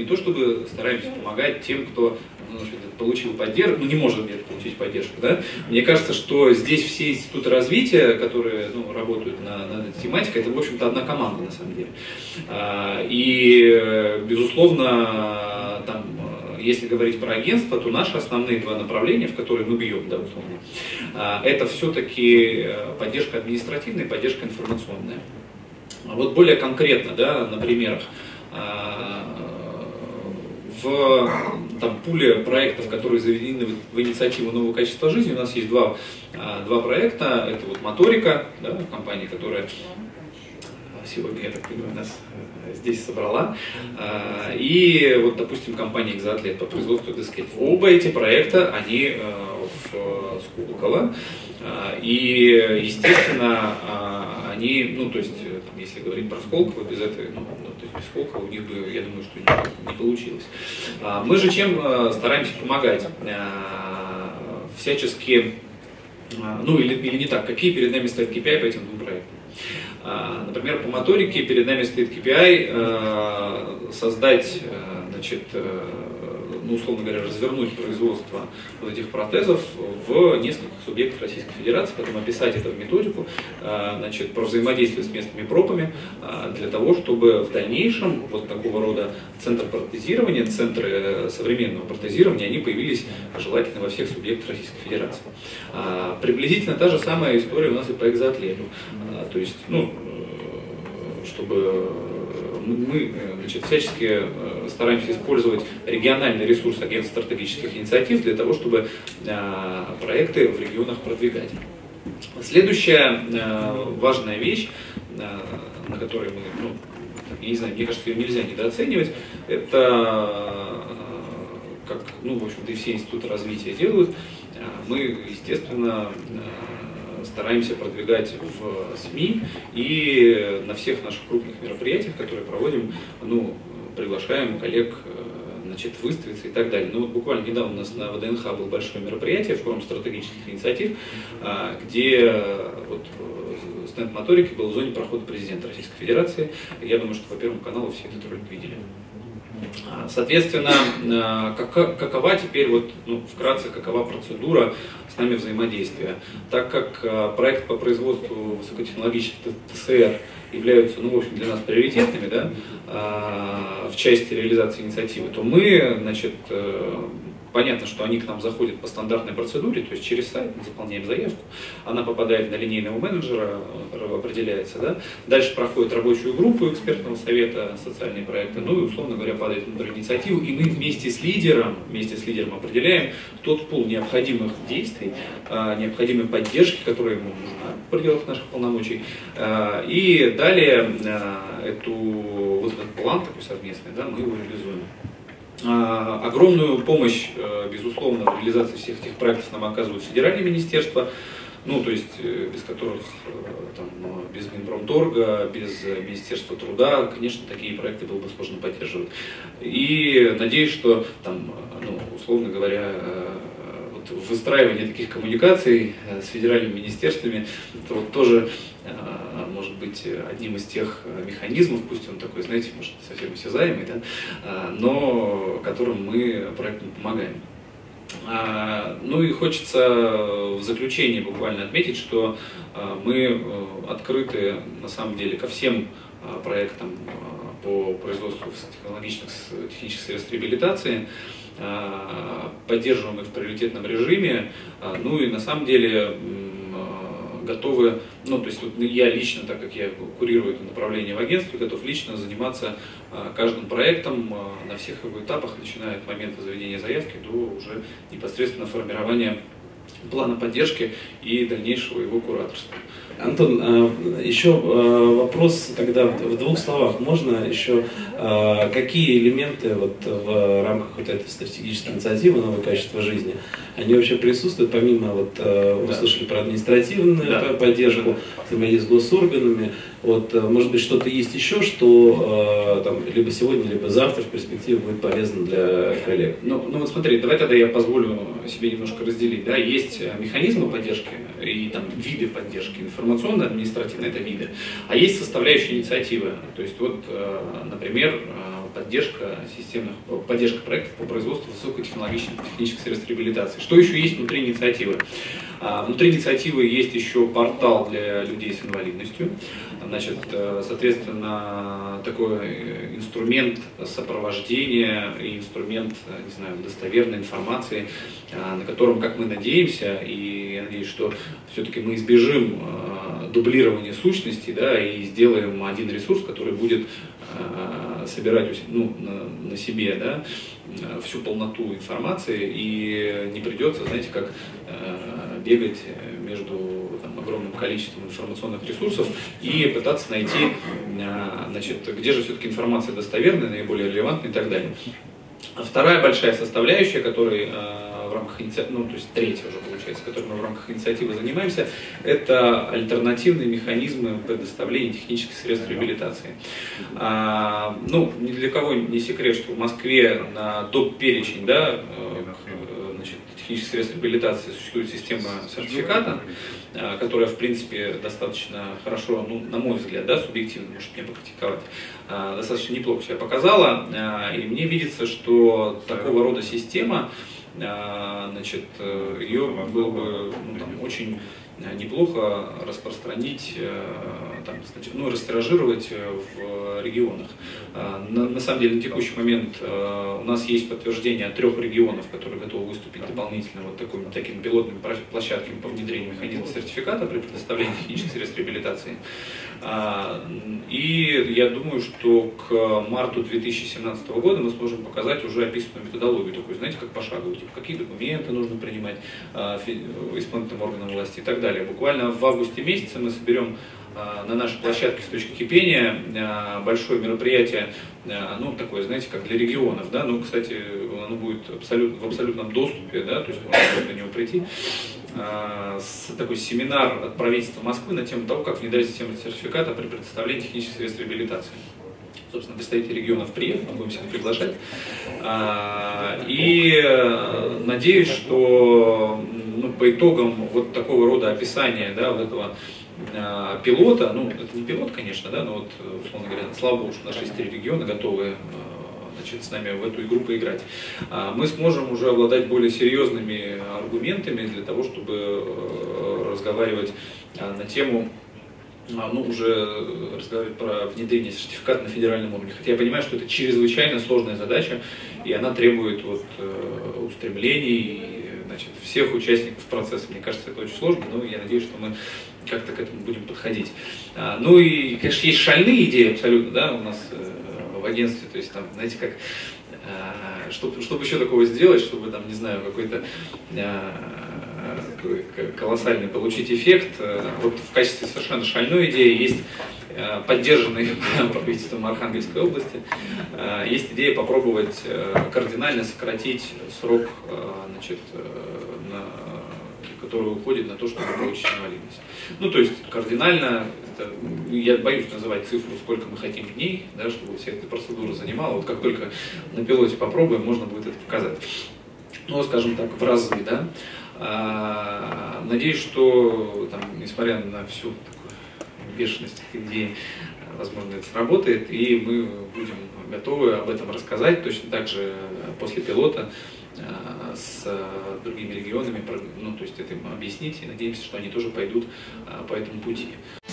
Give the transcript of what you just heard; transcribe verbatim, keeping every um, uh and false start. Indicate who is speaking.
Speaker 1: то чтобы стараемся помогать тем, кто ну, получил поддержку, ну не может где-то получить поддержку. Да? Мне кажется, что здесь все институты развития, которые ну, работают на, на этой тематике, это, в общем-то, одна команда на самом деле. И, безусловно, там, если говорить про агентство, то наши основные два направления, в которые мы бьем, да, условно, это все-таки поддержка административная и поддержка информационная. Вот более конкретно, да, на примерах. В там, пуле проектов, которые заведены в инициативу нового качества жизни, у нас есть два, два проекта. Это вот Моторика, да, компания, которая сегодня, я так понимаю, нас здесь собрала. И вот, допустим, компания «Экзоатлет» по производству дискет. Оба эти проекта, они в Сколково. И, естественно, они, ну, то есть, если говорить про Сколково, без этой, ну, то есть без Сколково у них бы, я думаю, что не, не получилось. Мы же чем стараемся помогать? Всячески, ну, или, или не так, какие перед нами стоят кей пи ай по этим двум проектам? Например, по Моторике перед нами стоит кей пи ай создать, значит, ну, условно говоря, развернуть производство вот этих протезов в нескольких субъектах Российской Федерации, потом описать это в методику, значит, про взаимодействие с местными пропами, для того, чтобы в дальнейшем вот такого рода центры протезирования, центры современного протезирования, они появились желательно во всех субъектах Российской Федерации. Приблизительно та же самая история у нас и по экзоатлету. То есть, ну, чтобы мы, значит, всячески стараемся использовать региональный ресурс агентства стратегических инициатив для того, чтобы проекты в регионах продвигать. Следующая важная вещь, на которой мы, ну, я не знаю, мне кажется, ее нельзя недооценивать, это, как, ну, в общем-то, и все институты развития делают, мы, естественно, стараемся продвигать в СМИ и на всех наших крупных мероприятиях, которые проводим, ну, приглашаем коллег, значит, выставиться и так далее. Ну вот буквально недавно у нас на вэ дэ эн ха было большое мероприятие, форум стратегических инициатив, где вот стенд Моторики был в зоне прохода президента Российской Федерации. Я думаю, что по Первому каналу все этот ролик видели. Соответственно, какова теперь, вот, ну, вкратце, какова процедура с нами взаимодействия? Так как проект по производству высокотехнологичных тэ эс эр являются, ну, в общем, для нас приоритетными, да, в части реализации инициативы, то мы, значит, понятно, что они к нам заходят по стандартной процедуре, то есть через сайт мы заполняем заявку, она попадает на линейного менеджера, определяется, да? Дальше проходит рабочую группу экспертного совета, социальные проекты, ну и, условно говоря, падает внутрь инициативу, и мы вместе с лидером, вместе с лидером определяем тот пул необходимых действий, необходимой поддержки, которая ему нужна в пределах наших полномочий, и далее эту, вот этот план такой совместный, да, мы его реализуем. Огромную помощь, безусловно, в реализации всех этих проектов нам оказывают федеральные министерства, ну, то есть без которых, там, без Минпромторга, без Министерства труда, конечно, такие проекты было бы сложно поддерживать. И надеюсь, что, там, ну, условно говоря, вот выстраивание таких коммуникаций с федеральными министерствами, это вот тоже может быть одним из тех механизмов, пусть он такой, знаете, может, совсем осязаемый, да, но которым мы проектам помогаем. Ну и хочется в заключение буквально отметить, что мы открыты на самом деле ко всем проектам по производству высокотехнологичных технических средств реабилитации, поддерживаем их в приоритетном режиме, ну и на самом деле готовы, ну, то есть вот я лично, так как я курирую это направление в агентстве, готов лично заниматься а, каждым проектом а, на всех его этапах, начиная от момента заведения заявки до уже непосредственно формирования плана поддержки и дальнейшего его кураторства.
Speaker 2: Антон, еще вопрос, тогда в двух словах можно еще, какие элементы вот в рамках вот этой стратегической инициативы «Новое качество жизни», они вообще присутствуют, помимо, вот, вы слышали про административную да. поддержку, взаимодействие с госорганами, вот, может быть, что-то есть еще, что там, либо сегодня, либо завтра в перспективе будет полезно для коллег?
Speaker 1: Ну, ну вот смотри, давай тогда я позволю себе немножко разделить. Да? Есть механизмы поддержки и там, виды поддержки, информационно-административные это виды, а есть составляющие инициативы. То есть вот, например, поддержка системных, поддержка проектов по производству высокотехнологичных технических средств реабилитации. Что еще есть внутри инициативы? Внутри инициативы есть еще портал для людей с инвалидностью. Значит, соответственно, такой инструмент сопровождения и инструмент, не знаю, достоверной информации, на котором, как мы надеемся, и я надеюсь, что все-таки мы избежим дублирования сущностей, да, и сделаем один ресурс, который будет собирать, ну, на, на себе, да, всю полноту информации, и не придется, знаете, как э, бегать между там, огромным количеством информационных ресурсов и пытаться найти, э, значит, где же все-таки информация достоверная, наиболее релевантная и так далее. А вторая большая составляющая, которой э, в рамках инициативы, ну, то есть третья уже получается, которой мы в рамках инициативы занимаемся, это альтернативные механизмы предоставления технических средств реабилитации. А, ну, ни для кого не секрет, что в Москве на доп-перечень, да, значит, технических средств реабилитации существует система сертификата, которая, в принципе, достаточно хорошо, ну, на мой взгляд, да, субъективно, может меня покритиковать, достаточно неплохо себя показала, и мне видится, что такого рода система, значит, ее было бы, ну, там, очень неплохо распространить, там, значит, ну, растиражировать в регионах. На, на самом деле, на текущий момент у нас есть подтверждение от трех регионов, которые готовы выступить дополнительно вот такими, такими пилотными площадками по внедрению механизма сертификата при предоставлении технических средств реабилитации. И я думаю, что к марту две тысячи семнадцатого года мы сможем показать уже описанную методологию, такую, знаете, как пошаговую, типа, какие документы нужно принимать исполнительным органам власти и так далее. Буквально в августе месяце мы соберем на нашей площадке с точки кипения большое мероприятие, ну, такое, знаете, как для регионов, да, ну, кстати, оно будет абсолютно, в абсолютном доступе, да, то есть можно будет на него прийти, с такой семинар от правительства Москвы на тему того, как внедрять систему сертификата при предоставлении технических средств реабилитации. Собственно, представители регионов приехали, мы будем всех приглашать. И надеюсь, что, ну, по итогам вот такого рода описания, да, вот этого пилота, ну, это не пилот, конечно, да, но вот, условно говоря, слава богу, что наши четыре региона готовы, значит, с нами в эту игру поиграть. Мы сможем уже обладать более серьезными аргументами для того, чтобы разговаривать на тему, ну, уже разговаривать про внедрение сертификата на федеральном уровне. Хотя я понимаю, что это чрезвычайно сложная задача, и она требует вот, устремлений, значит, всех участников процесса. Мне кажется, это очень сложно, но я надеюсь, что мы как-то к этому будем подходить. Ну и, конечно, есть шальные идеи абсолютно, да, у нас в агентстве, то есть там, знаете, как, чтобы, чтобы еще такого сделать, чтобы там, не знаю, какой-то колоссальный получить эффект. Вот в качестве совершенно шальной идеи есть поддержанной правительством Архангельской области, есть идея попробовать кардинально сократить срок, значит, на, который уходит на то, чтобы получить инвалидность. Ну, то есть кардинально, это, я боюсь называть цифру, сколько мы хотим дней, да, чтобы вся эта процедура занимала. Вот как только на пилоте попробуем, можно будет это показать. Ну, скажем так, в разы, да. А, надеюсь, что, там, несмотря на всю такую бешеность идей, возможно, это сработает, и мы будем готовы об этом рассказать, точно так же после пилота а, с другими регионами, ну, то есть это им объяснить, и надеемся, что они тоже пойдут а, по этому пути.